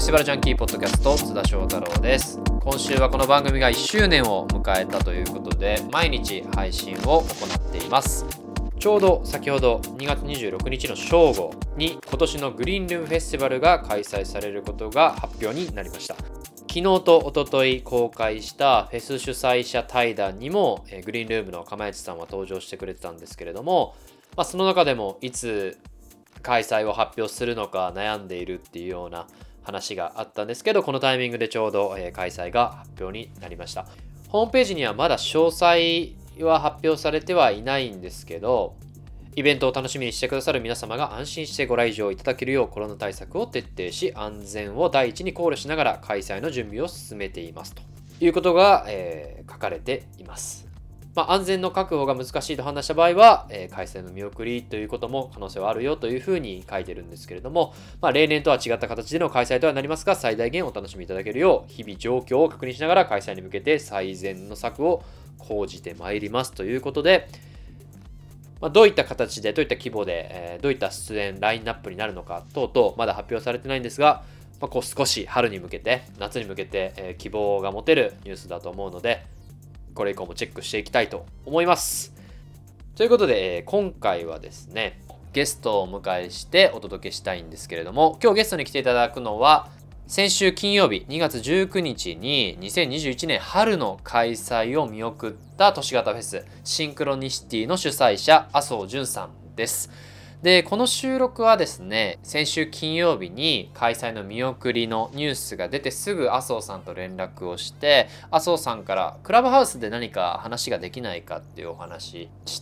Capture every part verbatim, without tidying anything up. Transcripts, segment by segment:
スティバルジャンキーポッドキャスト津田翔太郎です。今週はこの番組がいっしゅうねんを迎えたということで毎日配信を行っています。ちょうど先ほどにがつにじゅうろくにちの正午に今年のグリーンルームフェスティバルが開催されることが発表になりました。昨日と一昨日公開したフェス主催者対談にもグリーンルームの釜市さんは登場してくれてたんですけれども、まあ、その中でもいつ開催を発表するのか悩んでいるっていうような話があったんですけど、このタイミングでちょうど開催が発表になりました。ホームページにはまだ詳細は発表されてはいないんですけど、イベントを楽しみにしてくださる皆様が安心してご来場いただけるようコロナ対策を徹底し、安全を第一に考慮しながら開催の準備を進めていますということが、えー、書かれています。まあ、安全の確保が難しいと判断した場合は、えー、開催の見送りということも可能性はあるよというふうに書いてるんですけれども、まあ、例年とは違った形での開催とはなりますが、最大限お楽しみいただけるよう日々状況を確認しながら開催に向けて最善の策を講じてまいりますということで、まあ、どういった形でどういった規模で、えー、どういった出演ラインナップになるのか等々まだ発表されてないんですが、まあ、こう少し春に向けて夏に向けて、えー、希望が持てるニュースだと思うので、これ以降もチェックしていきたいと思います。ということで、えー、今回はですねゲストをお迎えしてお届けしたいんですけれども、今日ゲストに来ていただくのは先週金曜日にがつじゅうくにちににせんにじゅういちねん春の開催を見送った都市型フェスシンクロニシティの主催者麻生淳さんです。で、この収録はですね先週金曜日に開催の見送りのニュースが出てすぐ麻生さんと連絡をして、麻生さんからクラブハウスで何か話ができないかっていうお話して、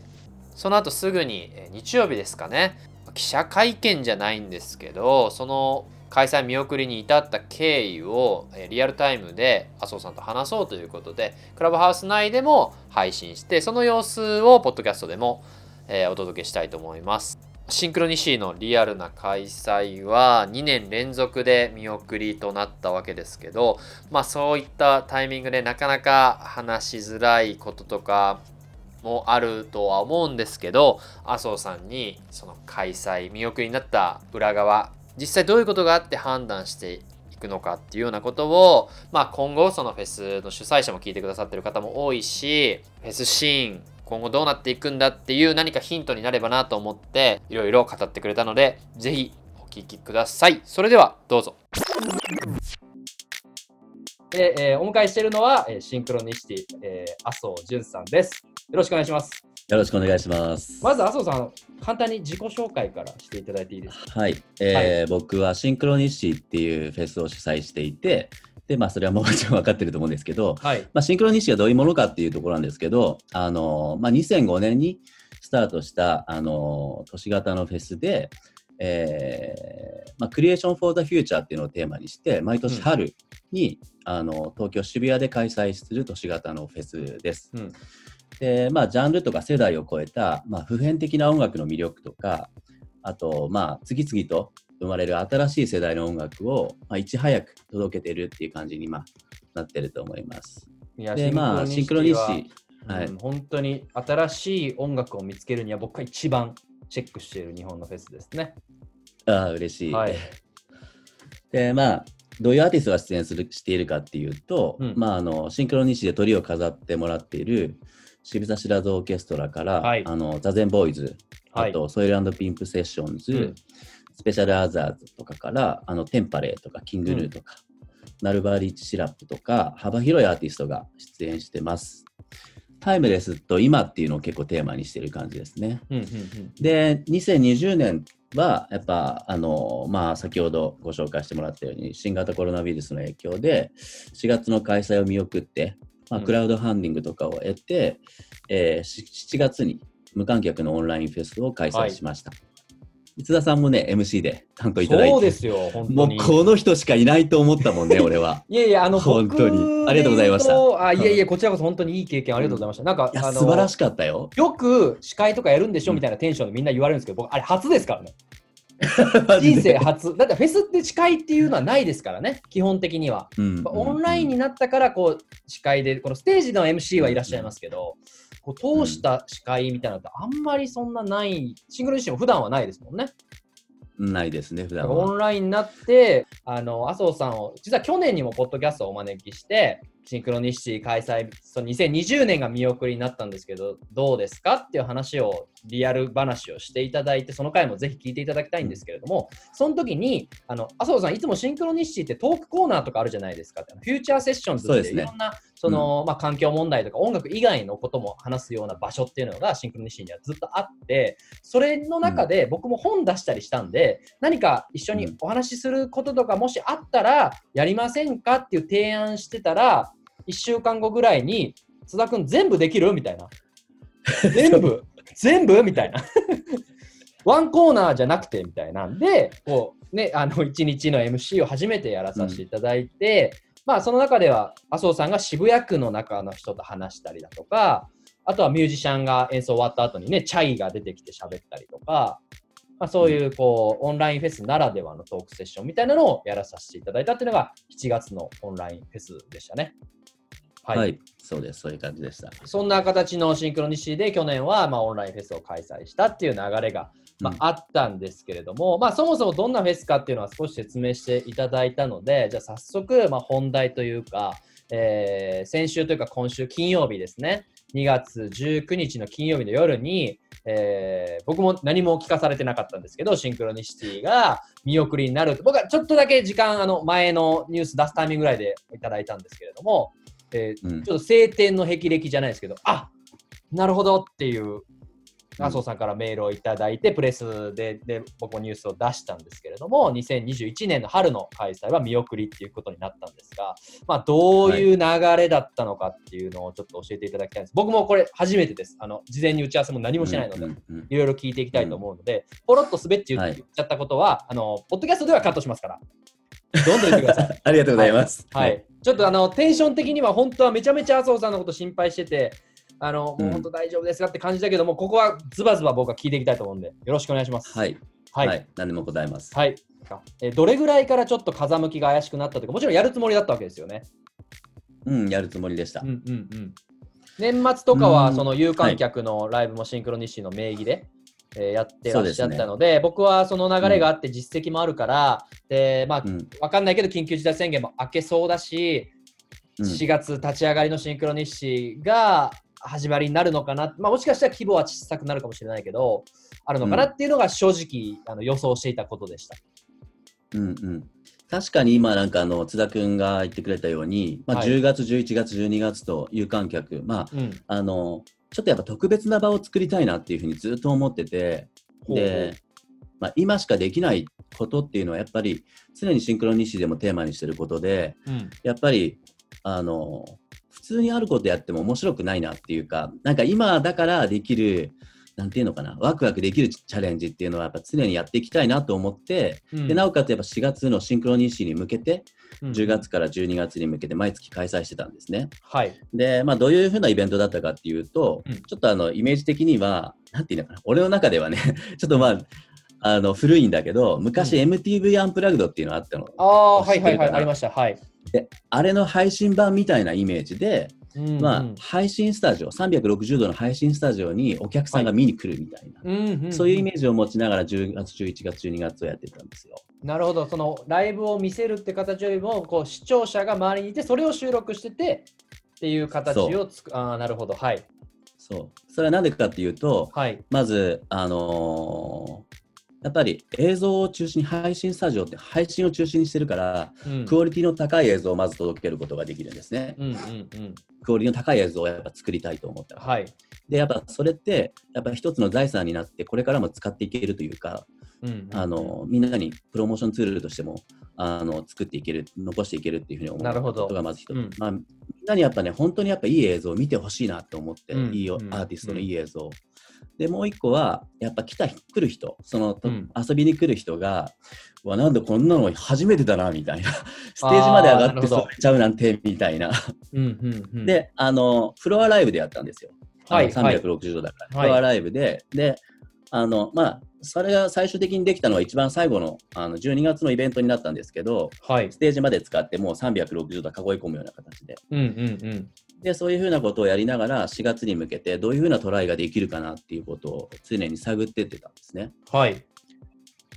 その後すぐに日曜日ですかね、記者会見じゃないんですけど、その開催見送りに至った経緯をリアルタイムで麻生さんと話そうということでクラブハウス内でも配信して、その様子をポッドキャストでもお届けしたいと思います。シンクロニシーのリアルな開催はにねん連続で見送りとなったわけですけど、まあそういったタイミングでなかなか話しづらいこととかもあるとは思うんですけど、麻生さんにその開催見送りになった裏側、実際どういうことがあって判断していくのかっていうようなことを、まあ、今後そのフェスの主催者も聞いてくださってる方も多いし、フェスシーン今後どうなっていくんだっていう何かヒントになればなと思っていろいろ語ってくれたので、ぜひお聞きください。それではどうぞ。で、えー、お迎えしているのは、えー、シンクロニシティ、えー、麻生淳さんです。よろしくお願いします。 よろしくお願いします。 まず麻生さん、簡単に自己紹介からしていただいていいですか？ はい、えーはい、僕はシンクロニシティっていうフェスを主催していて、でまあ、それはもうちろん分かってると思うんですけど、はいまあ、シンクロニシティはどういうものかっていうところなんですけど、あの、まあ、にせんごねんにスタートしたあの都市型のフェスで、えーまあ、クリエーション・フォー・ザ・フューチャーっていうのをテーマにして毎年春に、うん、あの東京渋谷で開催する都市型のフェスです。うんでまあ、ジャンルとか世代を超えた、まあ、普遍的な音楽の魅力とか、あと、まあ、次々と生まれる新しい世代の音楽を、まあ、いち早く届けてるっていう感じに、まあ、なってると思います。 いやで、まあ、シンクロニシティ、はいうん、本当に新しい音楽を見つけるには僕が一番チェックしている日本のフェスですね。 ああ、嬉しい。はい、で、まあどういうアーティストが出演するしているかっていうと、うんまあ、あのシンクロニシティでトリを飾ってもらっている渋沢知らずオーケストラから、はい、あのザゼンボーイズ、あと、はい、ソイル&ピンプセッションズ、うん、スペシャルアザーズとかからあのテンパレーとかキングヌーとか、うん、ナルバーリッチシラップとか幅広いアーティストが出演してます。タイムレスと今っていうのを結構テーマにしている感じですね。うんうんうん、でにせんにじゅうねんはやっぱあの、まあ、先ほどご紹介してもらったように新型コロナウイルスの影響でしがつの開催を見送って、まあ、クラウドファンディングとかを得て、うんえー、しちがつに無観客のオンラインフェスを開催しました。はい、津田さんもね エムシー で担当いただいて、 そうですよ本当にもうこの人しかいないと思ったもんね俺は。 いやいやあの本当にありがとうございました。 あいやいやこちらこそ本当にいい経験ありがとうございました。うん、なんかいやあの素晴らしかったよ。 よく司会とかやるんでしょみたいなテンションでみんな言われるんですけど、僕あれ初ですからね。人生初だってフェスって司会っていうのはないですからね基本的には、うんうん、オンラインになったからこう司会でこのステージの エムシー はいらっしゃいますけど、こう通した司会みたいなのってあんまりそんなない、シングル自身も普段はないですもんね。 ないですね、普段は。 オンラインになって、あの、麻生さんを、実は去年にもポッドキャストをお招きして、シンクロニシティ開催、そのにせんにじゅうねんが見送りになったんですけど、どうですかっていう話を、リアル話をしていただいて、その回もぜひ聞いていただきたいんですけれども、その時に、あの、麻生さん、いつもシンクロニシティってトークコーナーとかあるじゃないですか。フューチャーセッションズっていろんな、その、うん、まあ、環境問題とか音楽以外のことも話すような場所っていうのがシンクロニシティにはずっとあって、それの中で僕も本出したりしたんで、何か一緒にお話しすることとかもしあったらやりませんかっていう提案してたら、いっしゅうかんごぐらいに津田くん全部できるみたいな。全部全部みたいな。ワンコーナーじゃなくてみたいなんで、こうね、あのいちにちの エムシー を初めてやらさせていただいて、うんまあその中では麻生さんが渋谷区の中の人と話したりだとか、あとはミュージシャンが演奏終わった後にね、チャイが出てきて喋ったりとか、まあ、そういうこうオンラインフェスならではのトークセッションみたいなのをやらさせていただいたっていうのがしちがつのオンラインフェスでしたね。 はい、はい、そうです、そういう感じでした。 そんな形のシンクロニシティで去年はまあオンラインフェスを開催したっていう流れがまあ、あったんですけれども、うんまあ、そもそもどんなフェスかっていうのは少し説明していただいたので、じゃあ早速、まあ、本題というか、えー、先週というか今週金曜日ですね、にがつじゅうくにちの金曜日の夜に、えー、僕も何も聞かされてなかったんですけど、シンクロニシティが見送りになると、僕はちょっとだけ時間、あの前のニュース出すタイミングぐらいでいただいたんですけれども、えーうん、ちょっと晴天の霹靂じゃないですけど、あ、なるほどっていう麻生さんからメールをいただいて、プレス で, で僕もニュースを出したんですけれども、にせんにじゅういちねんの春の開催は見送りっていうことになったんですが、まあ、どういう流れだったのかっていうのをちょっと教えていただきたいんです。僕もこれ初めてです。あの事前に打ち合わせも何もしてないので、いろいろ聞いていきたいと思うので、ポロッと滑っちゃっちゃったことは、はい、あのポッドキャストではカットしますから。どんどん言ってください。 ありがとうございます。 はい。はい、ちょっとあのテンション的には本当はめちゃめちゃ麻生さんのこと心配してて、あのもう本当大丈夫ですかって感じだけども、うん、ここはズバズバ僕は聞いていきたいと思うんで、よろしくお願いします。 はい。はい。はい、何でもございます。 はい。えどれぐらいからちょっと風向きが怪しくなったというか、もちろんやるつもりだったわけですよね。 うん、やるつもりでした。 うんうんうん、年末とかはその有観客のライブもシンクロニシティの名義で、えー、やってらっしゃったの で, で、ね、僕はその流れがあって実績もあるから、うん、でまあ、うん、分かんないけど緊急事態宣言も明けそうだし、うん、しがつ立ち上がりのシンクロニシティが始まりになるのかな、まあ、もしかしたら規模は小さくなるかもしれないけどあるのかなっていうのが正直、うん、あの予想していたことでした。 うんうん、確かに今なんかあの津田君が言ってくれたように、まあ、じゅうがつ、はい、じゅういちがつ、じゅうにがつと有観客、まあうん、あのちょっとやっぱ特別な場を作りたいなっていうふうにずっと思ってて、で、まあ、今しかできないことっていうのはやっぱり常にシンクロニシティでもテーマにしてることで、うん、やっぱりあの普通にあることやっても面白くないなっていうか、なんか今だからできるなんていうのかな、ワクワクできるチャレンジっていうのはやっぱ常にやっていきたいなと思って、うん、でなおかつやっぱしがつのシンクロニシティに向けて、うん、じゅうがつからじゅうにがつに向けて毎月開催してたんですね。 はい。 で、まあどういう風なイベントだったかっていうと、うん、ちょっとあのイメージ的にはなんていうのかな、俺の中ではねちょっとまああの古いんだけど、昔 エムティーブイ アンプラグドっていうのがあったの。 ああ、はいはいはい、ありました。はい。 で、あれの配信版みたいなイメージで、うんうん、まあ、配信スタジオ、さんびゃくろくじゅうどの配信スタジオにお客さんが見に来るみたいな、はいうんうんうん、そういうイメージを持ちながらじゅうがつ、じゅういちがつ、じゅうにがつをやってたんですよ。 なるほど、そのライブを見せるって形よりも、こう視聴者が周りにいて、それを収録しててっていう形をつく、ああ、なるほど、はい。 そう。それはなんでかっていうと、 はい、 まず、あのー、やっぱり映像を中心に配信スタジオって配信を中心にしてるから、うん、クオリティの高い映像をまず届けることができるんですね、うんうんうん、クオリティの高い映像をやっぱ作りたいと思ったら、 はい、 でやっぱそれってやっぱ一つの財産になってこれからも使っていけるというか、うんうんうん、あのみんなにプロモーションツールとしてもあの作っていける、残していけるっていうふうに思うことがまず一つ、うんまあ、みんなにやっぱね本当にやっぱいい映像を見てほしいなと思って、うんうん、いいアーティストのいい映像、うんでもう一個はやっぱ来た来る人、その、うん、遊びに来る人がわなんでこんなの初めてだなみたいなステージまで上がってそれちゃうなんてみたいなうんうん、うん、であのフロアライブでやったんですよ、はい、さんびゃくろくじゅうどだから、はい、フロアライブでであのまあそれが最終的にできたのは一番最後 の, あのじゅうにがつのイベントになったんですけど、はい、ステージまで使ってもうさんびゃくろくじゅうど囲い込むような形で、うんうんうん、でそういうふうなことをやりながらしがつに向けてどういうふうなトライができるかなっていうことを常に探ってってたんですね。 はい。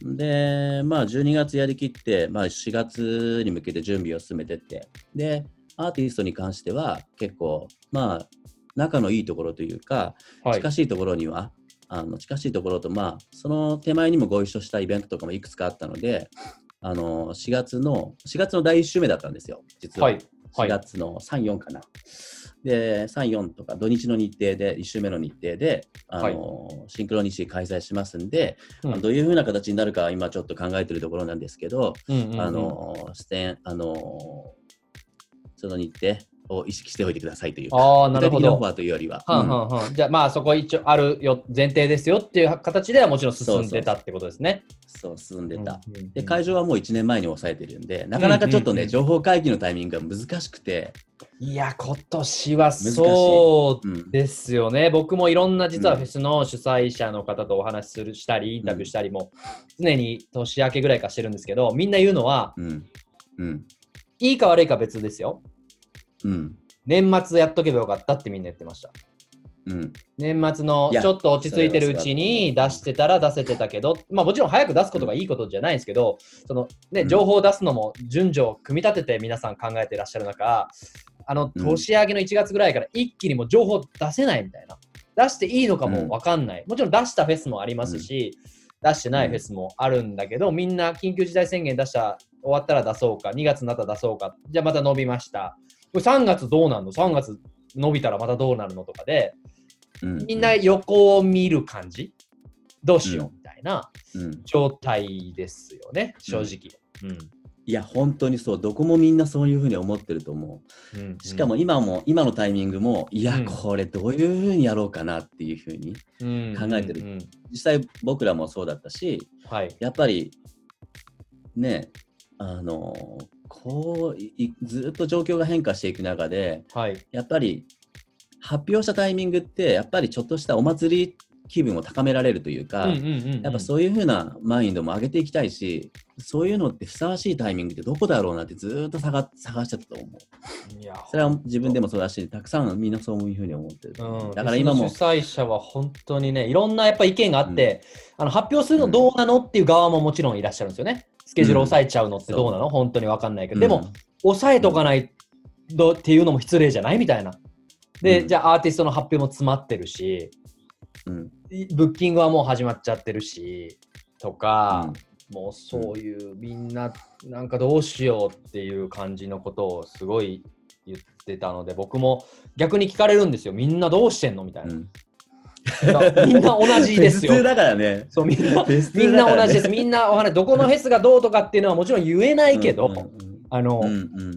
で、まあ、じゅうにがつやりきって、まあ、しがつに向けて準備を進めてって、で、アーティストに関しては結構、まあ、仲のいいところというか、はい、近しいところには、あの近しいところと、まあ、その手前にもご一緒したイベントとかもいくつかあったので、あのしがつの、しがつのだいいっ週目だったんですよ、実は。はいはい、しがつのさん、よんかな。で、さん、よんとか土日の日程で、いっ週目の日程で、あの、はい、シンクロニシティ開催しますんで、うん、どういう風な形になるか今ちょっと考えているところなんですけど、うんうんうん、あの、視点、あの、その日程を意識しておいてくださいというか、 あ、なるほど、具体的なオファーというよりは。 はんはんはん、うん、じゃあまあそこ一応あるよ、前提ですよっていう形ではもちろん進んでたってことですね。 そうそうそう、進んでた、うんうんうん。で、会場はもういちねんまえに抑えてるんで、なかなかちょっとね、うんうんうん、情報会議のタイミングが難しくて。 いや、今年はそうですよね、うん。僕もいろんな実はフェスの主催者の方とお話しするしたり、インタビューしたりも、常に年明けぐらいからしてるんですけど、みんな言うのは、うんうん、いいか悪いか別ですよ。うん、年末やっとけばよかったってみんな言ってました。うん、年末のちょっと落ち着いてるうちに出してたら出せてたけど、まあもちろん早く出すことがいいことじゃないんですけど、そのね、情報を出すのも順序を組み立てて皆さん考えていらっしゃる中、あの年明けのいちがつぐらいから一気にもう情報出せないみたいな、出していいのかも分かんない、もちろん出したフェスもありますし、出してないフェスもあるんだけど、みんな緊急事態宣言出した終わったら出そうか、にがつになったら出そうか、じゃあまた伸びました、さんがつどうなるの、さんがつ伸びたらまたどうなるのとかで、みんな横を見る感じ、どうしようみたいな状態ですよね、うん、正直、うん、 いや本当にそう、どこもみんなそういうふうに思ってると思う、うんうん、しかも今も今のタイミングもいや、うん、これどういうふうにやろうかなっていうふうに考えてる、うんうんうん、実際僕らもそうだったし、はい、やっぱりね、あのこうずっと状況が変化していく中で、はい、やっぱり発表したタイミングってやっぱりちょっとしたお祭り気分を高められるというか、うんうんうんうん、やっぱそういう風なマインドも上げていきたいし、そういうのってふさわしいタイミングってどこだろうなってずっと探探しちゃったと思う。いやそれは自分でもそうだし、たくさんみんなそういう風に思ってる、うん、だから今も主催者は本当にね、いろんなやっぱ意見があって、うん、あの発表するのどうなのっていう側ももちろんいらっしゃるんですよね。スケジュール抑えちゃうのってどうなの、うん、本当に分かんないけど、でも、うん、抑えとかないとっていうのも失礼じゃないみたいな。で、うん、じゃあアーティストの発表も詰まってるし、うん、ブッキングはもう始まっちゃってるしとか、うん、もうそういうみんななんかどうしようっていう感じのことをすごい言ってたので、僕も逆に聞かれるんですよ、みんなどうしてんのみたいな、うん、みんな同じですよ。 普通だからね。 そう、みんな、みんな同じです。みんなお話、どこのフェスがどうとかっていうのはもちろん言えないけど、うんうんうん、あの、うんうん、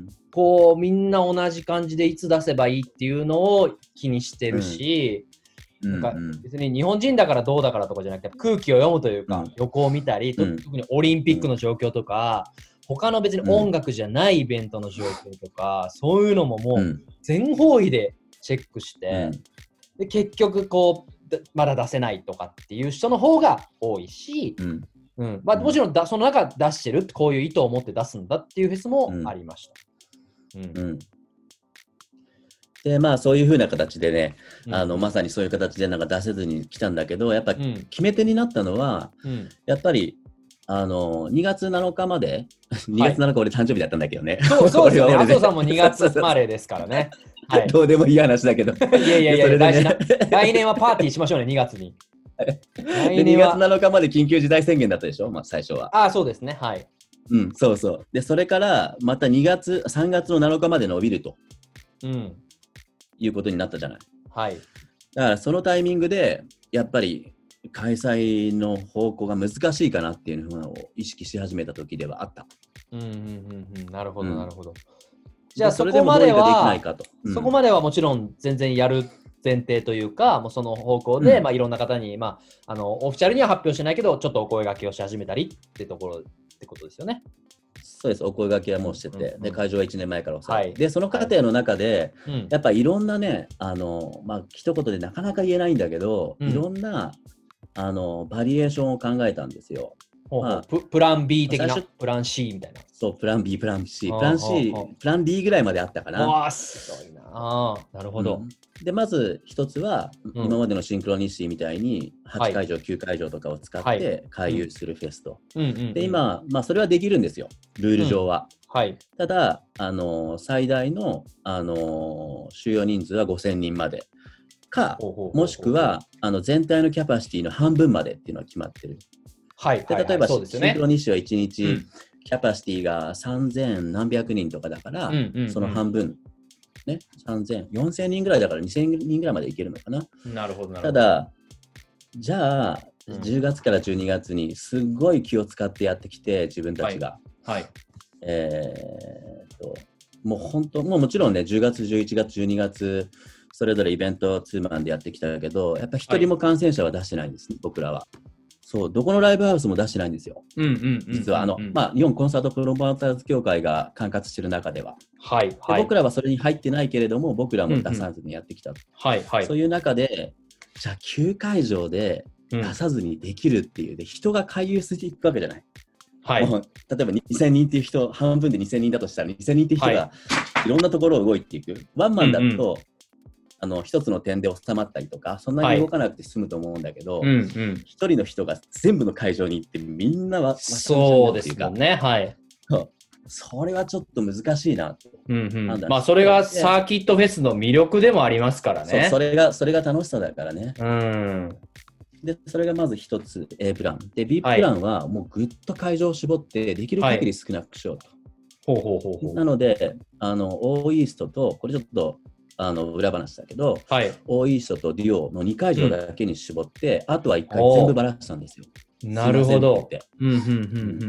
こうみんな同じ感じでいつ出せばいいっていうのを気にしてるし、うん、なんか別に日本人だからどうだからとかじゃなくて、空気を読むというか、うん、横を見たり、うん、特にオリンピックの状況とか、うん、他の別に音楽じゃないイベントの状況とか、そういうのももう全方位でチェックして、で結局こうまだ出せないとかっていう人の方が多いし、うんうんまあ、もちろんだその中出してるってこういう意図を持って出すんだっていうフェスもありました。うんうん、 でまあそういう風な形でね、うん、あのまさにそういう形でなんか出せずに来たんだけど、やっぱ決め手になったのは、うん、やっぱりあのにがつなのかまでにがつなのか俺誕生日だったんだけどね。 そうそうですね。麻生さんもにがつ生まれですからね。 はい、どうでもいい話だけど。 いやいやいや、ね、大事な。来年はパーティーしましょうね、にがつに。 来年はにがつなのかまで緊急事態宣言だったでしょ、まあ、最初は。 ああ、そうですね。はい。 うん、そうそう。で、それからまたにがつ、さんがつのなのかまで伸びると、うん、いうことになったじゃない。はい。だからそのタイミングで、やっぱり開催の方向が難しいかなっていうのを意識し始めた時ではあった。 うんうんうんうん、なるほど、なるほど。うん、じゃあそこまでは、うん、そこまではもちろん全然やる前提というか、もうその方向で、うんまあ、いろんな方に、まあ、あのオフィシャルには発表してないけど、ちょっとお声掛けをし始めたりってところってことですよね。 そうです、お声掛けはもうしてて、うんうんうん、で会場はいちねんまえから抑えて、はい、でその過程の中で、はい、やっぱいろんなね、あのまあ一言でなかなか言えないんだけど、うん、いろんなあのバリエーションを考えたんですよ。 ほうほう、まあ、プ, プラン B 的な、プラン C みたいな。 そう、プラン B、プラン C、プラン C、プラン D ぐらいまであったかな。 わあ、すごいな。あなるほど、うん。 で、まず一つは、うん、今までのシンクロニシティみたいにはち会場、はい、きゅう会場とかを使って回遊するフェスと。で、今、まあ、それはできるんですよ、ルール上は。うん、はい、ただ、あの最大の、あの収容人数はごせんにんまでか、もしくはあの全体のキャパシティの半分までっていうのは決まってる。はい、で例えば、はいはい、シンクロニシティはいちにち、うん、キャパシティがさんぜんなんびゃくにんとかだから、うんうんうん、その半分、ね、さんぜん、よんせんにんぐらいだからにせんにんぐらいまでいけるのかな。 なるほど、なるほど。 ただ、じゃあ、じゅうがつからじゅうにがつにすごい気を使ってやってきて、自分たちが。はい。はい、えー、っと、もう本当、もうもちろんね、じゅうがつ、じゅういちがつ、じゅうにがつ、それぞれイベントツーマンでやってきたけど、やっぱ一人も感染者は出してないんですね、はい、僕らは。そう、どこのライブハウスも出してないんですよ。うんうんうんうんうん、実はあの、まあ、日本コンサートプロモーターズ協会が管轄している中では、はいはい、で僕らはそれに入ってないけれども、僕らも出さずにやってきた、うんうん、はいはい、そういう中で、じゃあきゅう会場で出さずにできるっていう、で人が回遊していくわけじゃない。はい、もう例えばにせんにんっていう人、半分でにせんにんだとしたらにせんにんっていう人がいろんなところを動いていく。はい、ワンマンだと、うんうん、あの一つの点で収まったりとか、そんなに動かなくて済むと思うんだけど、一、はいうんうん、人の人が全部の会場に行ってみんなはそうですもんね。はい。 それはちょっと難しいなと、 うんうん、まあそれがサーキットフェスの魅力でもありますからね。 そう、それがそれが楽しさだからね。うん。でそれがまず一つ A プランで B プランはもうぐっと会場を絞ってできる限り少なくしようと。はい、ほうほうほうほう。なのであのオーイーストとこれちょっとあの裏話だけど、はい、オーイーストとデュオのに会場だけに絞って、うん、あとはいっかい全部ばらしたんですよ。 なるほど。うんうんうんうん。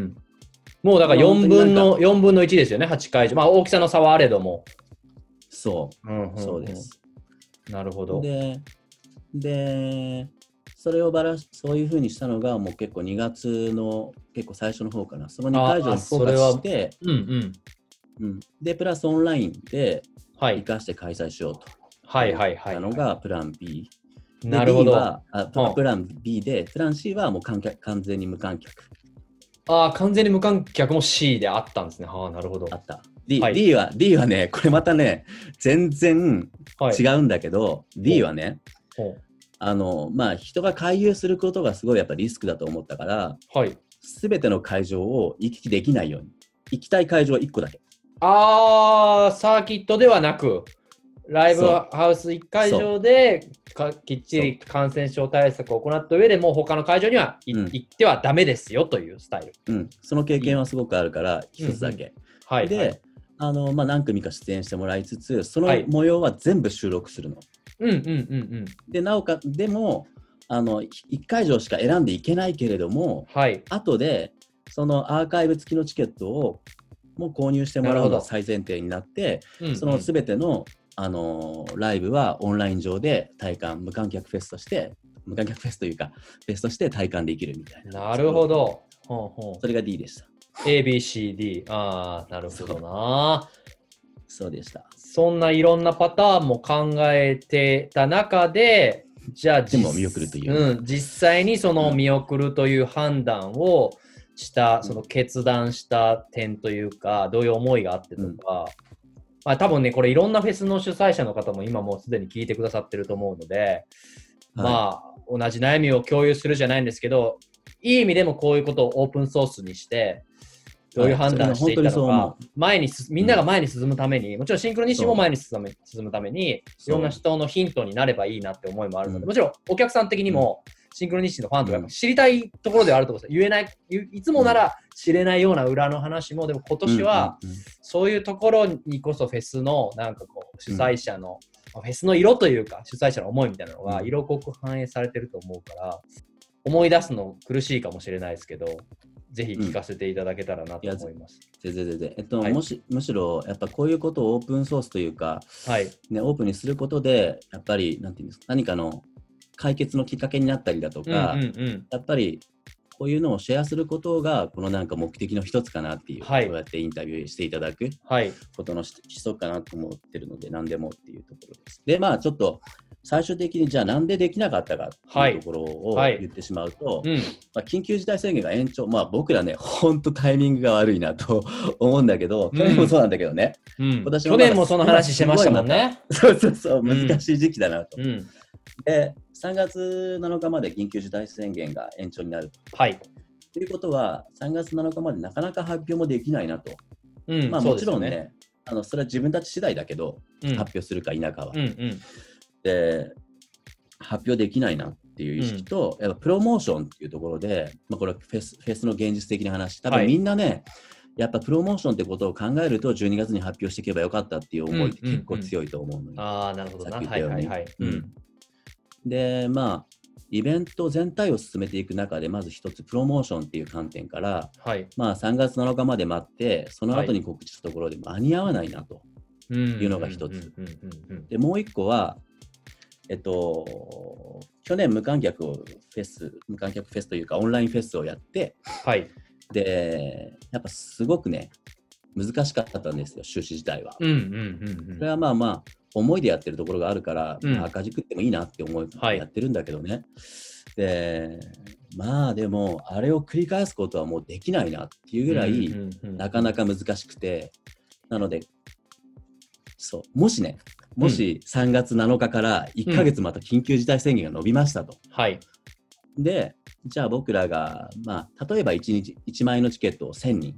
もうだからよんぶんのよんぶんのいちですよね、はち会場。まあ大きさの差はあれども。 そう、うんうんうん、そうです。 なるほど。 で、でそれをばらし、そういう風にしたのがもう結構にがつの結構最初の方かな。そのに会場にフォーカスして、うんうんうん、でプラスオンラインで生かして開催しようと。はいはいはい。なのがプラン B。 なるほど。 B はあプラン B で、プラン C はもう観客完全に無観客。 ああ、完全に無観客も C であったんですね。はあ、なるほど。 あった。D、はい、D は、D はね、これまたね、全然違うんだけど、はい、D はね、あの、まあ、人が回遊することがすごいやっぱリスクだと思ったから、はい、全ての会場を行き来できないように。行きたい会場はいっこだけ。 ああ、サーキットではなく、ライブハウスいち会場でかきっちり感染症対策を行った上でもう他の会場には、うん、行ってはダメですよというスタイル。 うん、その経験はすごくあるから一つだけ。うんうん、はい、で、はい、あのまあ、何組か出演してもらいつつ、その模様は全部収録するの。うんうんうんうん。で、なおかつでもあのいち会場しか選んでいけないけれども、はい、後でそのアーカイブ付きのチケットをもう購入してもらうのが最前提になって、うんうん、そのすべてのあのー、ライブはオンライン上で体感、無観客フェスとして、無観客フェスというか、フェスとして体感できるみたいな。 なるほど。ほうほうそれが D でした。 A、B、C、D。ああ、なるほどな。 そうでした。 そんないろんなパターンも考えてた中で、じゃあでも見送るという、 うん、実際にその見送るという判断をした、うん、その決断した点というか、どういう思いがあってとか、うんまあ、多分ね、これいろんなフェスの主催者の方も今もうすでに聞いてくださってると思うので、はい、まあ、同じ悩みを共有するじゃないんですけど、いい意味でもこういうことをオープンソースにして、どういう判断していったのか、前にみんなが前に進むために、うん、もちろんシンクロニシティも前に進む、進むために、いろんな人のヒントになればいいなって思いもあるので、もちろんお客さん的にも、うんシンクロニシティのファンとか知りたいところではあると思うんですよ。言えない、いつもなら知れないような裏の話も、でも今年はそういうところにこそフェスのなんかこう主催者の、フェスの色というか主催者の思いみたいなのが色濃く反映されてると思うから、思い出すの苦しいかもしれないですけど、ぜひ聞かせていただけたらなと思います。 全然全然。えっと、はい、もしむしろやっぱこういうことをオープンソースというか、はいね、オープンにすることでやっぱりなんていうんですか、何かの解決のきっかけになったりだとか、うんうんうん、やっぱりこういうのをシェアすることがこのなんか目的の一つかなっていう、 はい、 こうやってインタビューしていただくことの基礎かなと思ってるので、何でもっていうところです。で、まあちょっと最終的にじゃあなんでできなかったかっていうところを言ってしまうと、はいはいうんまあ、緊急事態宣言が延長、まあ僕らね、ほんとタイミングが悪いなと思うんだけど、去年もそうなんだけどね。 うん、今年も去年もその話してましたもんね。 そうそうそう、難しい時期だなと。 うんうんで、さんがつなのかまで緊急事態宣言が延長になると。 はい。 ということは、さんがつなのかまでなかなか発表もできないなと。 うん、 まあもちろんね、 ねあのそれは自分たち次第だけど、 うん、 発表するか否かは、 うんうん。 で、発表できないなっていう意識と、うん、やっぱプロモーションっていうところで、まあ、これはフェス、フェスの現実的な話、多分みんなね、はい、やっぱプロモーションってことを考えると、じゅうにがつに発表していけばよかったっていう思いって結構強いと思うのよ。 うんうんうん、ああ、なるほどな。 さっき言ったように。 はいはいはいうん、 で、まあ、イベント全体を進めていく中で、まず一つプロモーションっていう観点から、 はいまあ、さんがつなのかまで待って、その後に告知したところで間に合わないなというのが一つ。で、もう一個は、えっと、去年無観客をフェス、無観客フェスというかオンラインフェスをやって、 はい、 で、やっぱすごくね、難しかったんですよ、収支自体は。 うんうんうんうん、 それはまあまあ、思いでやってるところがあるから、 うんまあ、赤字食ってもいいなって思いでやってるんだけどね。はい、で、まあでも、あれを繰り返すことはもうできないなっていうぐらい、うんうんうんうん、なかなか難しくて、なので、そう、もしね、もしさんがつなのかからいっかげつまた緊急事態宣言が延びましたと。 うん、はい。 で、じゃあ僕らが、まあ、例えばいちにちいちまん円のチケットをせんにん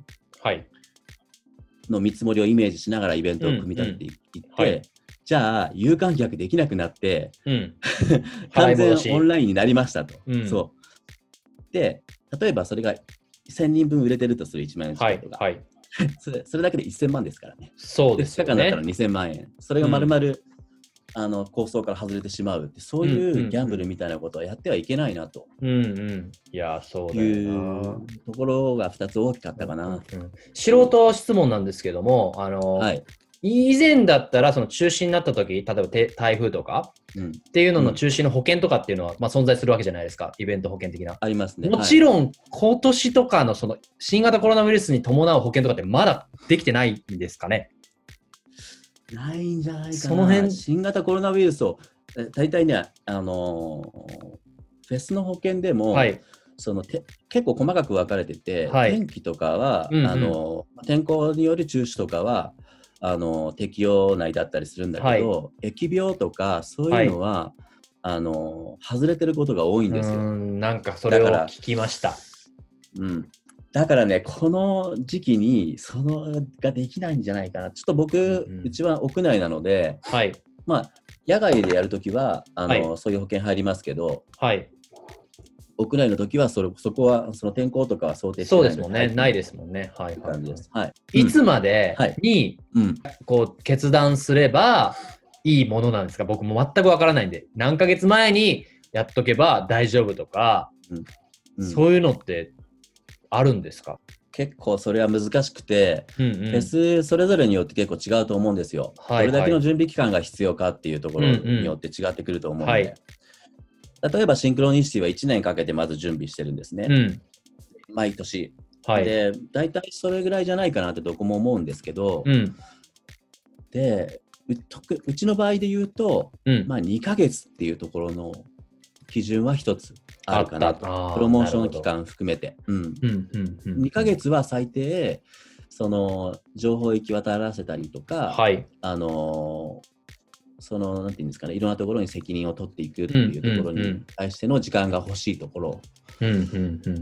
の見積もりをイメージしながらイベントを組み立てていって、うんうんはい、じゃあ有観客できなくなって、うん、完全オンラインになりましたと。うん、そうで、例えばそれがせんにんぶん売れてるとするいちまん円のチケットが。はいはいそ, れそれだけでせんまんですからね。 そうですよね。 ふつかかんだったらにせんまんえん。それがまるまるあの構想から外れてしまうって、そういうギャンブルみたいなことはやってはいけないなと。 うんうん。いや、そうだよな。いうところがふたつ大きかったかな。うんうん、 素人質問なんですけども、あの、はい、以前だったらその中止になった時、例えば台風とか、うん、っていうのの中止の保険とかっていうのは、まあ、存在するわけじゃないですか。イベント保険的な。 ありますね。 もちろん、はい、今年とかのその新型コロナウイルスに伴う保険とかってまだできてないんですかね。 ないんじゃないかな。 その辺新型コロナウイルスを大体ね、あのー、フェスの保険でも、はい、そのて結構細かく分かれてて、はい、天気とかは、うんうん、あの天候による中止とかはあの適用内だったりするんだけど、はい、疫病とかそういうのは、はい、あの外れてることが多いんですよ。 うん、なんかそれを聞きました。 うん。だからね、この時期にそのができないんじゃないかな。ちょっと僕、うん、うちは屋内なので、 はい、 まあ野外でやるときはあの、はい、そういう保険入りますけど、 はい、 屋内のときはそれそこはその天候とかは想定してない。そうですもんね。ないですもんね。はい、 感じです。はい。 いつまでに、うん、こう決断すればいいものなんですか？僕も全くわからないんで、何ヶ月前にやっとけば大丈夫とか、うんうん、そういうのってあるんですか？ 結構それは難しくて、うんうん、フェスそれぞれによって結構違うと思うんですよ。はいはい、どれだけの準備期間が必要かっていうところによって違ってくると思うので、うんうんはい、例えばシンクロニシティはいちねんかけてまず準備してるんですね、うん、毎年、はい、で大体それぐらいじゃないかなってどこも思うんですけど、うん、で う, うちの場合で言うと、うんまあ、にかげつっていうところの基準は一つあるかなと。プロモーション期間含めて、うんうんうんうん、にかげつは最低その情報を行き渡らせたりとか、はい、あのそのなんていうんですかね、いろんなところに責任を取っていくっていうところに対しての時間が欲しいところ、うんうんうん、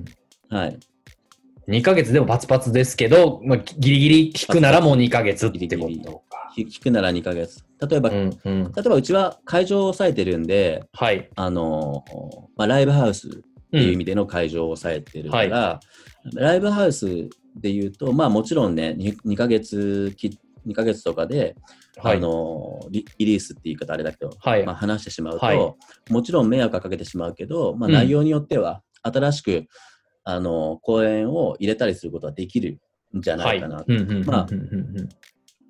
はい。 にかげつでもパツパツですけど、まあ、ギリギリ引くならもうにかげつってことか。 引くならにかげつ。例えば、うんうん、例えばうちは会場を抑えてるんで、はい、あのまあ、ライブハウスっていう意味での会場を抑えてるから、うんはい、ライブハウスでいうと、まあもちろんね、にかげつき、にかげつとかで、はい、あのリ, リリースっていう言い方あれだけど、はいまあ、話してしまうと、はい、もちろん迷惑はかけてしまうけど、まあ、内容によっては新しく、うん、あの講演を入れたりすることはできるんじゃないかなと。まあ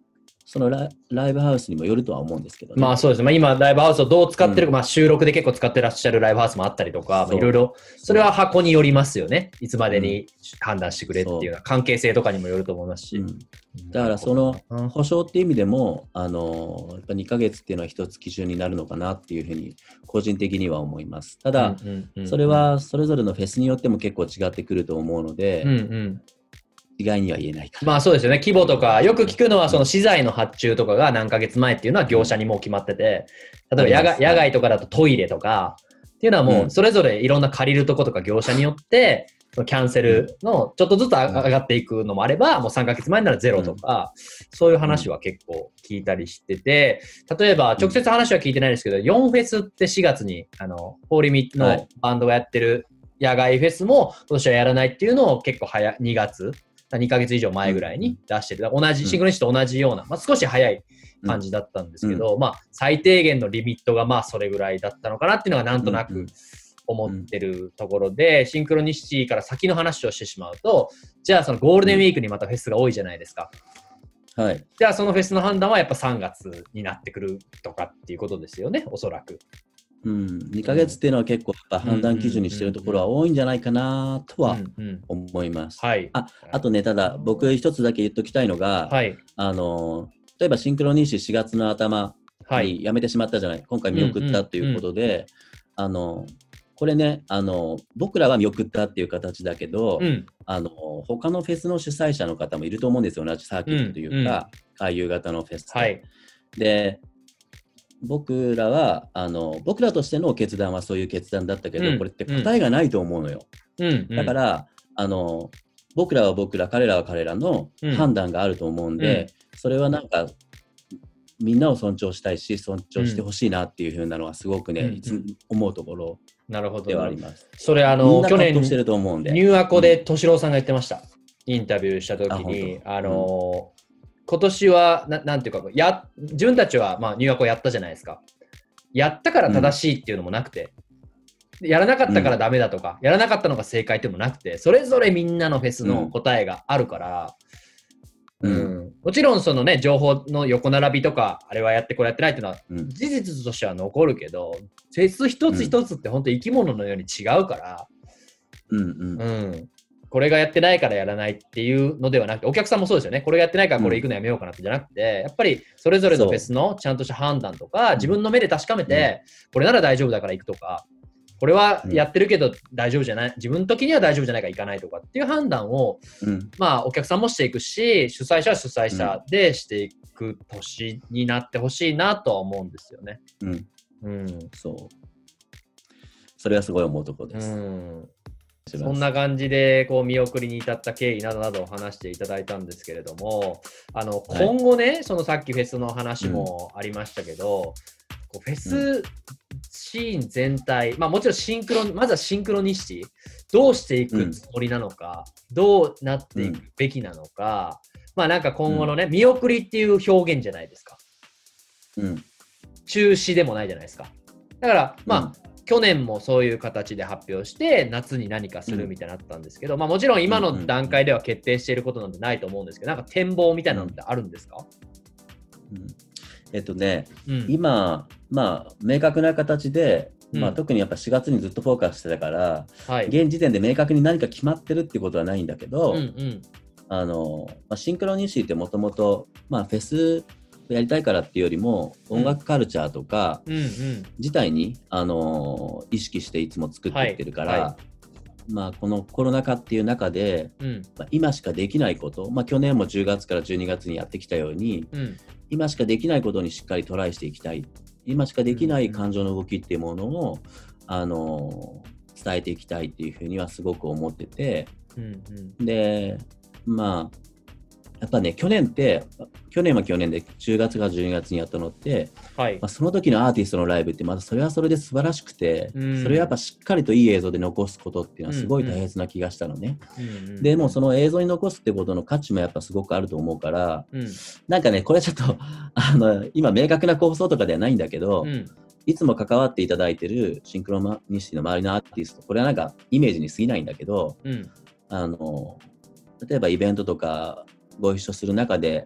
そのライ、ライブハウスにもよるとは思うんですけどね。 まあそうですね。まあ今、ライブハウスをどう使ってるか、うん、まあ収録で結構使ってらっしゃるライブハウスもあったりとか、まあ、いろいろ、それは箱によりますよね。いつまでに判断してくれっていうような関係性とかにもよると思いますし。うん、 だからその保証っていう意味でも、あの、やっぱにかげつっていうのは一つ基準になるのかなっていうふうに、個人的には思います。ただ、それはそれぞれのフェスによっても結構違ってくると思うので、うんうん意外には言えないから。まあそうですよね。規模とか、よく聞くのはその資材の発注とかが何ヶ月前っていうのは業者にもう決まってて、例えば野外、野外とかだとトイレとかっていうのはもうそれぞれいろんな借りるとことか業者によってキャンセルのちょっとずつ上がっていくのもあれば、もうさんかげつまえならゼロとか、そういう話は結構聞いたりしてて、例えば直接話は聞いてないですけど、よんフェスってしがつにあのフォーリミットのバンドがやってる野外フェスも今年はやらないっていうのを結構早いにがつにかげつ以上前ぐらいに出してる。同じ、シンクロニシティと同じような、まあ、少し早い感じだったんですけど、うん、まあ、最低限のリミットがまあ、それぐらいだったのかなっていうのがなんとなく思ってるところで、シンクロニシティから先の話をしてしまうと、じゃあそのゴールデンウィークにまたフェスが多いじゃないですか。 はい。 じゃあそのフェスの判断はやっぱさんがつになってくるとかっていうことですよね、おそらく。 うん、にかげつっていうのは結構判断基準にしてるところは多いんじゃないかなとは思います。 はい、 あ, あとね、ただ僕一つだけ言っときたいのが、 はい、 あの例えばシンクロニシティしがつの頭に辞めてしまったじゃない、はい、今回見送ったということで、あのこれねあの、僕らは見送ったっていう形だけど、うん、あの他のフェスの主催者の方もいると思うんですよ、同じサーキットというか、うんうん、回遊型のフェスで。はい、で僕らはあの僕らとしての決断はそういう決断だったけど、うん、これって答えがないと思うのよ、うんうん、だからあの僕らは僕ら彼らは彼らの判断があると思うんで、うん、それはなんかみんなを尊重したいし尊重してほしいなっていう風なのはすごくね、うん、いつも思うところではあります。 それあの去年してると思うんでニューアコで敏郎さんが言ってました、うん、インタビューした時にあ, あの、うん今年はな、なんていうか、や、自分たちは、まあ、入学をやったじゃないですか。やったから正しいっていうのもなくて、うん、やらなかったからダメだとか、うん、やらなかったのが正解っていうのもなくて、それぞれみんなのフェスの答えがあるから、うんうん、もちろんそのね、情報の横並びとか、あれはやってこれやってないっていうのは、事実としては残るけど、フェス一つ一つって本当生き物のように違うから、 うんうんうんこれがやってないからやらないっていうのではなくて、お客さんもそうですよね。これがやってないからこれ行くのやめようかなってじゃなくて、うん、やっぱりそれぞれのフェスのちゃんとした判断とか、自分の目で確かめて、うん、これなら大丈夫だから行くとか、これはやってるけど大丈夫じゃない、自分的には大丈夫じゃないから行かないとかっていう判断を、うん、まあお客さんもしていくし、主催者は主催者でしていく年になってほしいなとは思うんですよね。 うん。うん。そう。それはすごい思うところです。 うんそんな感じでこう見送りに至った経緯などなどを話していただいたんですけれども、あの今後ね、はい、そのさっきフェスの話もありましたけど、うん、こうフェスシーン全体、まあもちろんシンクロ、まずはシンクロニシティ、どうしていくつもりなのか、うん、どうなっていくべきなのか、うん、まあなんか今後のね、見送りっていう表現じゃないですか。 うん。 中止でもないじゃないですか。だからまあ、うん去年もそういう形で発表して夏に何かするみたいになったんですけど、うんまあ、もちろん今の段階では決定していることなんてないと思うんですけど、なんか展望みたいなのってあるんですか？ うん、えっとね、うん、今、まあ、明確な形で、うんまあ、特にやっぱしがつにずっとフォーカスしてたから、はい、現時点で明確に何か決まってるってことはないんだけど、うんうんあのまあ、シンクロニシティってもともとフェスやりたいからっていうよりも音楽カルチャーとか自体に、あのー、意識していつも作っていってるから、はいはい、まあ、このコロナ禍っていう中で、うんまあ、今しかできないこと、まあ、去年もじゅうがつからじゅうにがつにやってきたように、うん、今しかできないことにしっかりトライしていきたい、今しかできない感情の動きっていうものを、あのー、伝えていきたいっていうふうにはすごく思ってて、うんうん、でまあやっぱね、去年って、去年は去年でじゅうがつからじゅうにがつにやったのって、はいまあ、その時のアーティストのライブってまたそれはそれで素晴らしくて、うん、それをやっぱしっかりといい映像で残すことっていうのはすごい大切な気がしたのね。うんうん、でもその映像に残すってことの価値もやっぱすごくあると思うから、うん、なんかね、これちょっとあの今明確な構想とかではないんだけど、うん、いつも関わっていただいてるシンクロニシティの周りのアーティスト、これはなんかイメージに過ぎないんだけど、うん、あの例えばイベントとかご一緒する中で、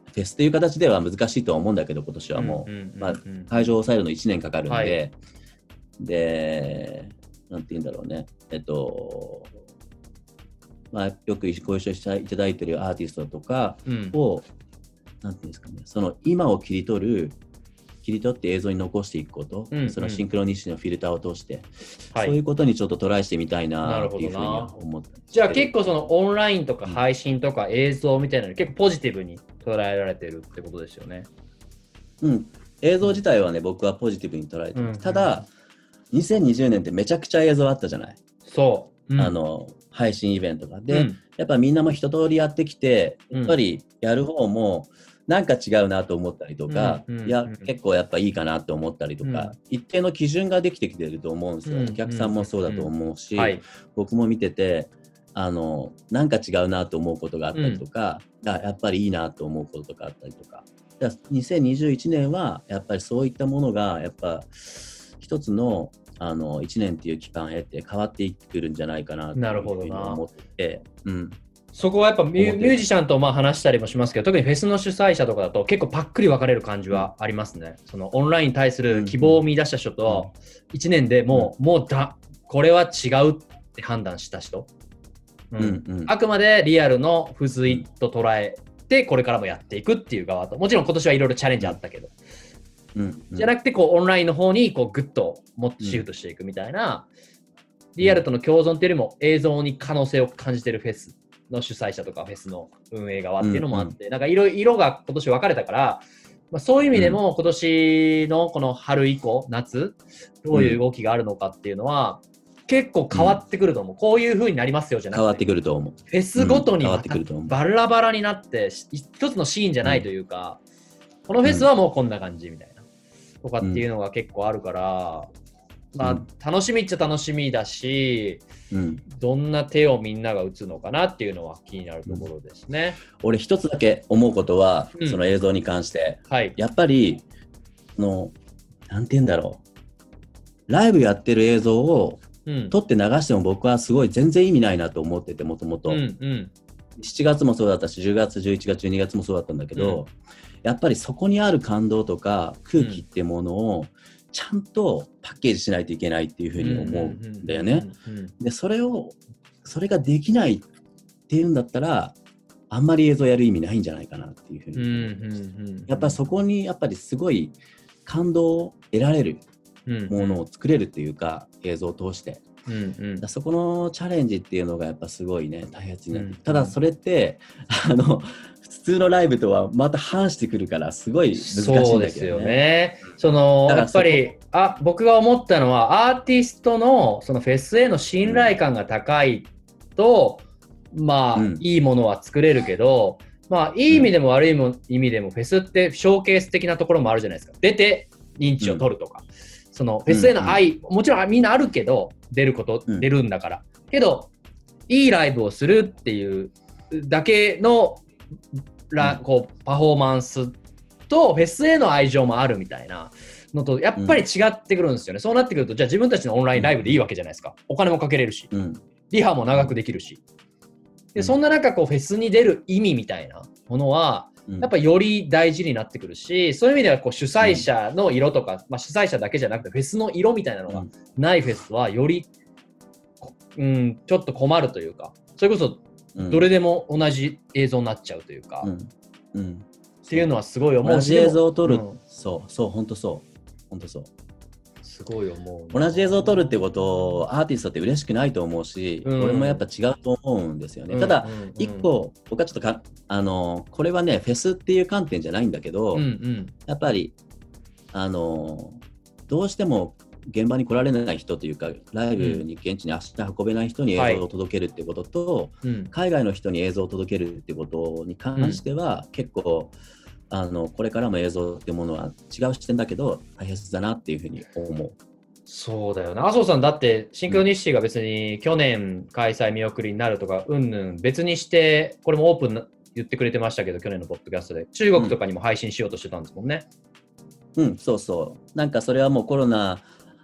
フェスという形では難しいとは思うんだけど、今年はもう、うんうんうんうん、まあ、会場を抑えるのいちねんかかるんで、はい、で、なんて言うんだろうね、えっと、まあ、よくご一緒していただいているアーティストとかを、うん、なんていうんですかね、その今を切り取る、切り取って映像に残していくこと、うんうん、そのシンクロニシティのフィルターを通して、はい、そういうことにちょっとトライしてみたいなっていうふうには思って。 じゃあ結構そのオンラインとか配信とか映像みたいなのに結構ポジティブに捉えられてるってことですよね。 うん、映像自体はね、僕はポジティブに捉えてます、うんうん、ただにせんにじゅうねんってめちゃくちゃ映像あったじゃない。 そう、うん、 あの配信イベントがで、うん、やっぱみんなも一通りやってきて、やっぱりやる方もなんか違うなと思ったりとか、うんうんうん、いや結構やっぱいいかなと思ったりとか、うん、一定の基準ができてきてると思うんですよ、うんうんうん、お客さんもそうだと思うし、はい、僕も見ててあのなんか違うなと思うことがあったりとか、うん、やっぱりいいなと思うこととかあったりとか、にせんにじゅういちねんはやっぱりそういったものがやっぱ一つのあのいちねんっていう期間を経て変わってくるんじゃないかなというふうに思ってて、うん、 そこはやっぱミュ、ミュージシャンとまあ話したりもしますけど、特にフェスの主催者とかだと結構パックリ分かれる感じはありますね、うん、そのオンラインに対する希望を見出した人と、いちねんでもう、うん、もうだこれは違うって判断した人、うんうんうん、あくまでリアルの付随と捉えてこれからもやっていくっていう側と、もちろん今年はいろいろチャレンジあったけど、うんうん、じゃなくてこうオンラインの方にこうグッともシフトしていくみたいな、うん、リアルとの共存っていうよりも映像に可能性を感じてるフェスの主催者とかフェスの運営側っていうのもあって、うんうん、なんか色色が今年分かれたから、まあ、そういう意味でも今年のこの春以降夏どういう動きがあるのかっていうのは結構変わってくると思う、うん、こういう風になりますよじゃなくて変わってくると思う。 フェスごとにバラバラになって一つのシーンじゃないというか、うん、このフェスはもうこんな感じみたいなとかっていうのが結構あるから、うん、まあ楽しみっちゃ楽しみだし、うん、どんな手をみんなが打つのかなっていうのは気になるところですね、 うん、俺一つだけ思うことは、うん、その映像に関して、はい、やっぱりのなんて言うんだろう、ライブやってる映像を撮って流しても僕はすごい全然意味ないなと思ってて、もともとしちがつもそうだったしじゅうがつじゅういちがつじゅうにがつもそうだったんだけど、うん、やっぱりそこにある感動とか空気っていうものをちゃんとパッケージしないといけないっていうふうに思うんだよね。でそれをそれができないっていうんだったらあんまり映像やる意味ないんじゃないかなっていうふうに、うんうんうん、やっぱりそこにやっぱりすごい感動を得られるものを作れるっていうか、うんうん、映像を通して、うんうん、だそこのチャレンジっていうのがやっぱすごいね大切になる、うんうん、ただそれってあの普通のライブとはまた反してくるからすごい難しいんだけどね。 そうですよね。そのやっぱりあ僕が思ったのはアーティストのそのフェスへの信頼感が高いと、うん、まあ、うん、いいものは作れるけど、まあいい意味でも悪いも、うん、意味でもフェスってショーケース的なところもあるじゃないですか。出て認知を取るとか、うん、そのフェスへの愛、うんうん、もちろんみんなあるけど出ること、うん、出るんだからけどいいライブをするっていうだけのラ、うん、こうパフォーマンスとフェスへの愛情もあるみたいなのとやっぱり違ってくるんですよね、うん、そうなってくるとじゃあ自分たちのオンラインライブでいいわけじゃないですか。お金もかけれるし、うん、リハも長くできるし、でそんな中こうフェスに出る意味みたいなものはやっぱより大事になってくるし、そういう意味ではこう主催者の色とか、うんまあ、主催者だけじゃなくてフェスの色みたいなのがないフェスはより、うん、ちょっと困るというか、それこそどれでも同じ映像になっちゃうというか、うんうん、っていうのはすごい思うし、 同じ映像を撮る、うん、そうそう本当そう本当そうすごい思う。 同じ映像を撮るってことをアーティストって嬉しくないと思うし、うん、俺もやっぱ違うと思うんですよね、うん、ただ一個、うん、僕はちょっとかあのこれはねフェスっていう観点じゃないんだけど、うんうん、やっぱりあのどうしても現場に来られない人というかライブに現地に足を運べない人に映像を届けるってことと、はい、海外の人に映像を届けるってことに関しては、うん、結構あのこれからも映像っていうものは違う視点だけど大切だなっていうふうに思う。 そうだよな。麻生さんだってシンクロニシティが別に去年開催見送りになるとかうんぬん別にしてこれもオープンな言ってくれてましたけど去年のポッドキャストで中国とかにも配信しようとしてたんですもんね。 うん、うん、そうそうなんかそれはもうコロナ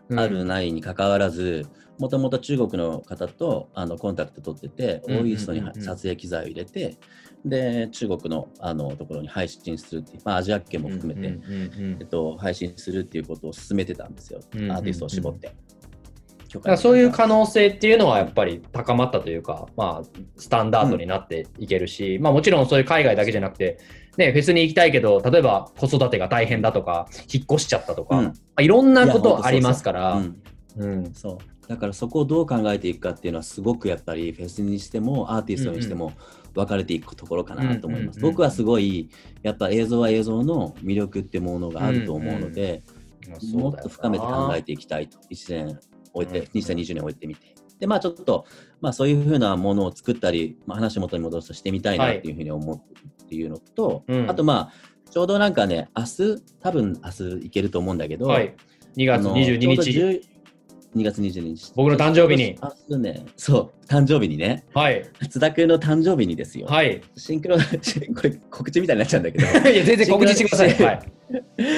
あるないに関わらず、もともと中国の方とあのコンタクト取ってて、オーイーストに撮影機材を入れて、で中国のあのところに配信するっていう、まあ、アジア圏も含めて、えっと、配信するっていうことを進めてたんですよ、アーティストを絞って。 だからそういう可能性っていうのはやっぱり高まったというか、まあ、スタンダードになっていけるし、うん、まあ、もちろんそういう海外だけじゃなくて、ね、フェスに行きたいけど、例えば子育てが大変だとか、引っ越しちゃったとか、うん、まあ、いろんなことありますから。 そうだからそこをどう考えていくかっていうのはすごくやっぱりフェスにしてもアーティストにしても分かれていくところかなと思います。僕はすごいやっぱ映像は映像の魅力ってものがあると思うので、うんうん、もっと深めて考えていきたいといちねん置いて、にせんにじゅうねん置いてみて、でまあちょっと、まあ、そういうふうなものを作ったり、まあ、話を元に戻すとしてみたいなっていうふうに思うっていうのと、はい、あとまあちょうどなんかね、明日多分明日行けると思うんだけど、はい、 にがつにじゅうににちにがつにじゅうににち僕の誕生日に明日ね、そう誕生日にね、 はい、 津田君の誕生日にですよ、 はい、 シンクロこれ告知みたいになっちゃうんだけどいや全然告知してください、はい、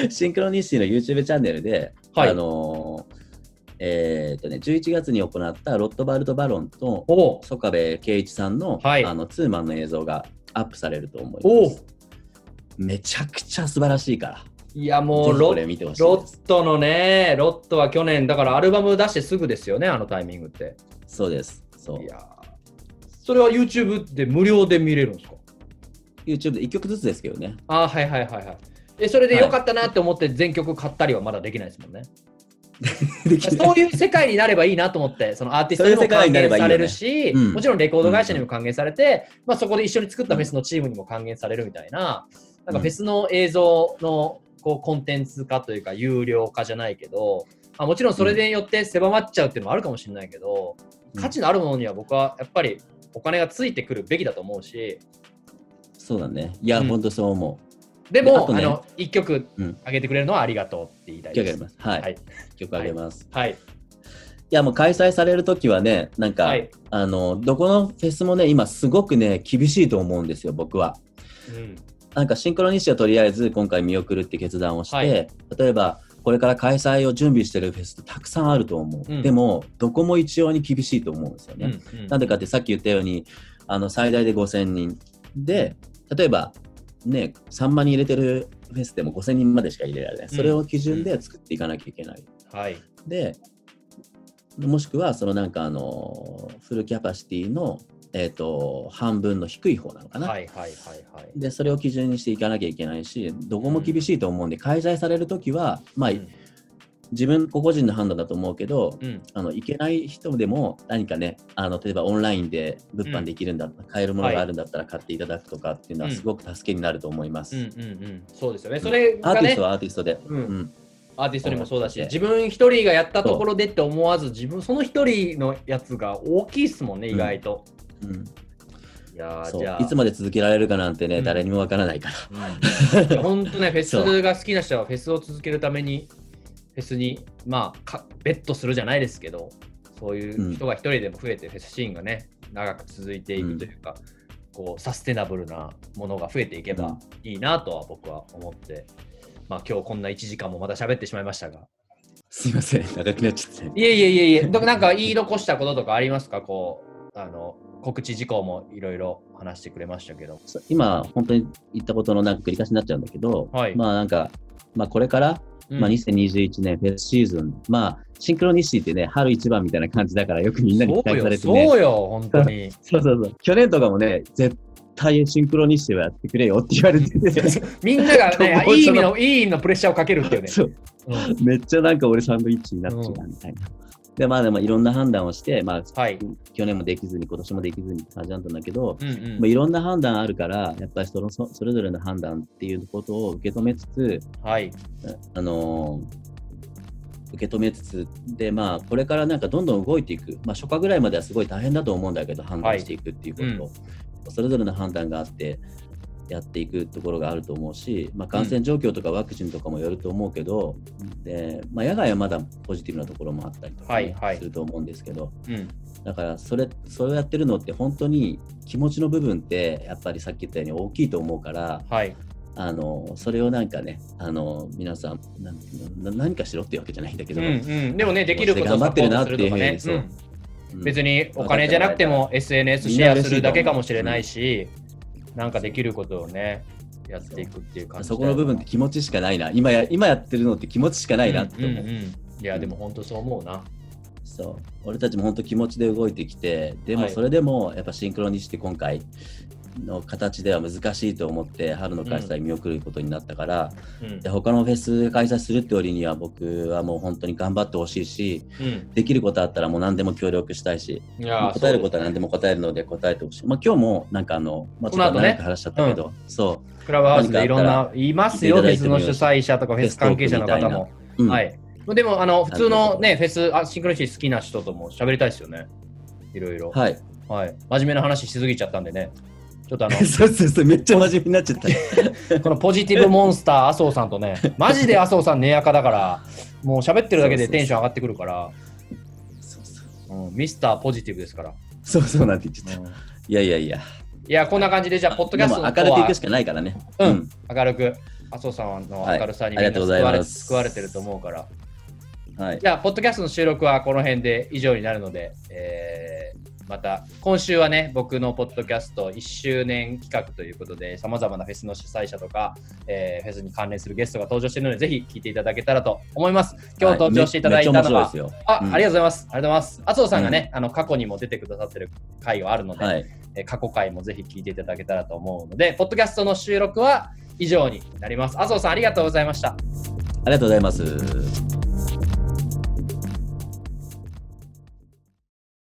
シンクロニシティの YouTube チャンネルで、はい、あのーえーっとね、じゅういちがつに行ったロットバルト・バロンと曽我部圭一さん の,、はい、あのツーマンの映像がアップされると思います。めちゃくちゃ素晴らしいから、 いやもう ロ, ロットのね、ロットは去年だからアルバム出してすぐですよね、あのタイミングって。 そうです。そう、 いやそれは YouTube で無料で見れるんですか？ YouTube でいっきょくずつですけどね。 ああ、はいはいはいはい。えそれで良かったなって思って全曲買ったりはまだできないですもんね。そういう世界になればいいなと思って、そのアーティストにも還元されるし、ね、うん、もちろんレコード会社にも還元されて、うん、まあ、そこで一緒に作ったフェスのチームにも還元されるみたいな、なんかフェスの映像のこうコンテンツ化というか有料化じゃないけど、まあ、もちろんそれによって狭まっちゃうっていうのもあるかもしれないけど、うん、価値のあるものには僕はやっぱりお金がついてくるべきだと思うし。 そうだね。いや、うん、本当そう思う。 でも、であ、ね、あのいっきょくあげてくれるのはありがとうって言いたいです。 いっきょくあげます。はい。はい、いっきょくあげます。 はい。はい、いやもう開催されるときはね、なんか、はい、あのどこのフェスもね、今すごくね厳しいと思うんですよ、僕は。うん、なんかシンクロニシティはとりあえず今回見送るって決断をして、はい、例えばこれから開催を準備してるフェスってたくさんあると思う。うん、でもどこも一様に厳しいと思うんですよね。うんうん、なんでかってさっき言ったように、あの最大でごせんにんで、例えばね、さんまんにん入れてるフェスでもごせんにんまでしか入れられない。それを基準で作っていかなきゃいけない。 うんはい、 で、もしくはそのなんかあのフルキャパシティの、えーと、半分の低い方なのかな。 はいはいはいはい。 で、それを基準にしていかなきゃいけないし、どこも厳しいと思うんで、開催されるときは、まあ、うん、自分個々人の判断だと思うけど、うん、あの行けない人でも何かね、あの例えばオンラインで物販できるんだ、うん、買えるものがあるんだったら買っていただくとかっていうのはすごく助けになると思います。 うんうんうんうん、そうですよね。それがね、 アーティストはアーティストで、 うんうん、アーティストにもそうだし、自分一人がやったところでって思わず、自分その一人のやつが大きいっすもんね、意外と。うんうんいやじゃあいつまで続けられるかなんてね、うん、誰にもわからないから。本当ね、フェスが好きな人はフェスを続けるためにフェスにまあかベットするじゃないですけど、そういう人が一人でも増えて、うん、フェスシーンがね長く続いていくというか、うん、こうサステナブルなものが増えていけばいいなとは僕は思って、まあ今日こんないちじかんもまた喋ってしまいましたが、 すいません長くなっちゃって。 いえいえいえいえ、なんか言い残したこととかありますか？こうあの告知事項もいろいろ話してくれましたけど、 今本当に言ったことのなんか繰り返しになっちゃうんだけど、はい、まあなんか、まあ、これから、うんまあ、にせんにじゅういちねんフェスシーズン、まあシンクロニシティってね春一番みたいな感じだからよくみんなに期待されてね。 そうよ、そうよ本当に。 そうそうそう。去年とかもね絶対シンクロニシティはやってくれよって言われててみんながねいい意味のいい意味のプレッシャーをかけるっていうね。 そう、うん、めっちゃなんか俺サンドイッチになっちゃうみたいな。うんでまあでもいろんな判断をして、まあはい、去年もできずに今年もできずにって感じなんだけど、うんうんまあ、いろんな判断あるからやっぱりそのそれぞれの判断っていうことを受け止めつつ、 はいあのー、受け止めつつでまあこれからなんかどんどん動いていく、まあ、初夏ぐらいまではすごい大変だと思うんだけど判断していくっていうこと、はいうん、それぞれの判断があってやっていくところがあると思うし、まあ、感染状況とかワクチンとかもよると思うけど、うん、でまあ、野外はまだポジティブなところもあったりとか、ねはいはい、すると思うんですけど、うん、だからそれそれをやってるのって本当に気持ちの部分ってやっぱりさっき言ったように大きいと思うから、 はい、 あのそれをなんかね、あの皆さんなんな何かしろっていうわけじゃないんだけど、うんうん、 でもね、できることをサポートするとかね、うん、別にお金じゃなくても エスエヌエス シェアするだけかもしれないし、うん、なんかできることをねやっていくっていう感じで、 そこの部分って気持ちしかないな、今や今やってるのって気持ちしかないなって思う、うんうんうん、 いやでも本当そう思うな。 そう俺たちも本当気持ちで動いてきて、でもそれでもやっぱシンクロニシティ今回の形では難しいと思って春の開催見送ることになったから、うん、で他のフェス開催するって折には僕はもう本当に頑張ってほしいし、うん、できることあったらもう何でも協力したいし、いや答えることは何でも答えるので答えてほしい。まあ、今日もなんかあの、まあ、ちょっと長く話しちゃったけど、ね、うん、そうクラブハウスでいろんないますよ、フェスの主催者とかフェス関係者の方も、うん、はい。でもあの普通のねフェスあシンクロニシティ好きな人とも喋りたいですよね。いろいろ。 はい。 はい。真面目な話しすぎちゃったんでね。ちょっとあのそうそうそうめっちゃ真面目になっちゃったこのポジティブモンスター麻生さんとね、マジで麻生さんねやかだからもう喋ってるだけでテンション上がってくるから、そうそう、うん、ミスターポジティブですから。 そうそうなんて言っちゃった、うん、いやいやいやいやこんな感じでじゃあポッドキャストの明るくいくしかないからね。 うん、うん、明るく麻生さんの明るさにみんな救われ、救われてると思うから、はい、じゃあポッドキャストの収録はこの辺で以上になるので、えーまた今週はね僕のポッドキャストいっしゅうねん企画ということでさまざまなフェスの主催者とか、えー、フェスに関連するゲストが登場しているのでぜひ聞いていただけたらと思います。今日登場していただいたのは、はい、あ、うん、ありがとうございますありがとうございます。麻生さんがね、うん、あの過去にも出てくださってる回があるので、はい、えー、過去回もぜひ聞いていただけたらと思うのでポッドキャストの収録は以上になります。麻生さんありがとうございました。ありがとうございます。